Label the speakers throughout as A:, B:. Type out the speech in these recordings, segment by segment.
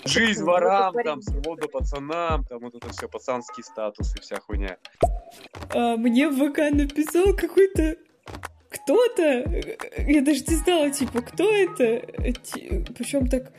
A: Жизнь ворам, там, свобода пацанам, там вот это все, пацанский статус и вся хуйня.
B: Мне в ВК написал какой-то кто-то, я даже не знала, типа, кто это, причем так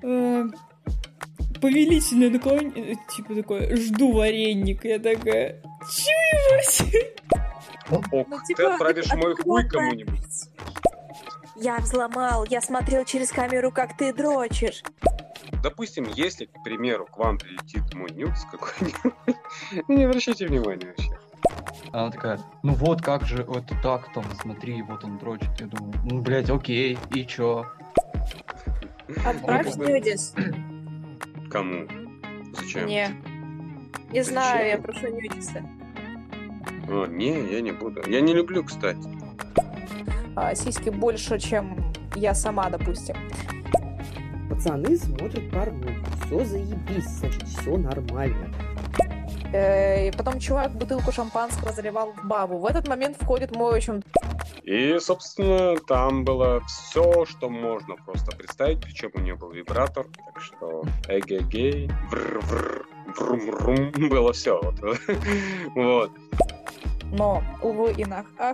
B: повелительно наклонение, типа такое, жду вареник, я такая, чего?
A: Ты отправишь мой хуй кому-нибудь.
C: Я взломал, я смотрел через камеру, как ты дрочишь.
A: Допустим, если, к примеру, к вам прилетит мой нюкс какой-нибудь, не обращайте внимания вообще.
D: Она такая, ну вот как же, вот так там, смотри, вот он дрочит. Я думаю, блядь, окей, и чё?
C: Отправь нюдис.
A: Кому? Зачем?
C: Мне. Не знаю, я прошу нюдиса.
A: Не, я не буду. Я не люблю, кстати.
C: Сиськи больше, чем я сама, допустим.
E: Пацаны смотрят порнуху, все заебись, значит, все нормально.
C: И потом чувак бутылку шампанского заливал в бабу. В этот момент входит мой отчим. И,
A: собственно, там было все, что можно просто представить, причем у нее был вибратор, так что эгегей, врум-врум, было все. Вот.
C: Но, увы и ах.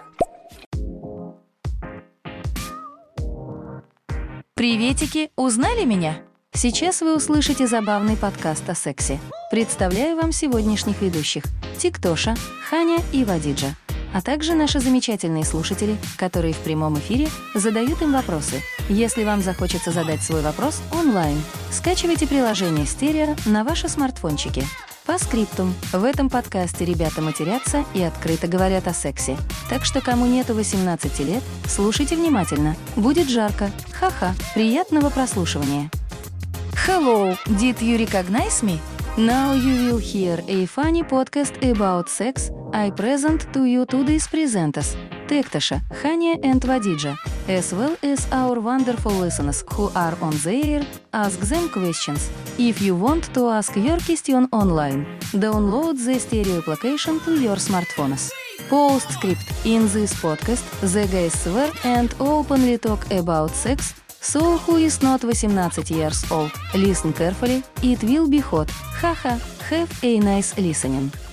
F: Приветики, узнали меня? Сейчас вы услышите забавный подкаст о сексе. Представляю вам сегодняшних ведущих – Тиктоша, Ханя и Вадиджа, а также наши замечательные слушатели, которые в прямом эфире задают им вопросы. Если вам захочется задать свой вопрос онлайн, скачивайте приложение «Стерео» на ваши смартфончики. По скриптум. В этом подкасте ребята матерятся и открыто говорят о сексе. Так что кому нету 18 лет, слушайте внимательно. Будет жарко. Ха-ха. Приятного прослушивания. Hello, did you recognize me? Now you will hear a funny podcast about sex. I present to you today's presenters, Тектоша, Ханя and Вадиджа, as well as our wonderful listeners who are on there, ask them questions. If you want to ask your question online, download the stereo application to your smartphones. Postscript. In this podcast, the guys swear and openly talk about sex. So who is not 18 years old? Listen carefully, it will be hot. Haha, have a nice listening.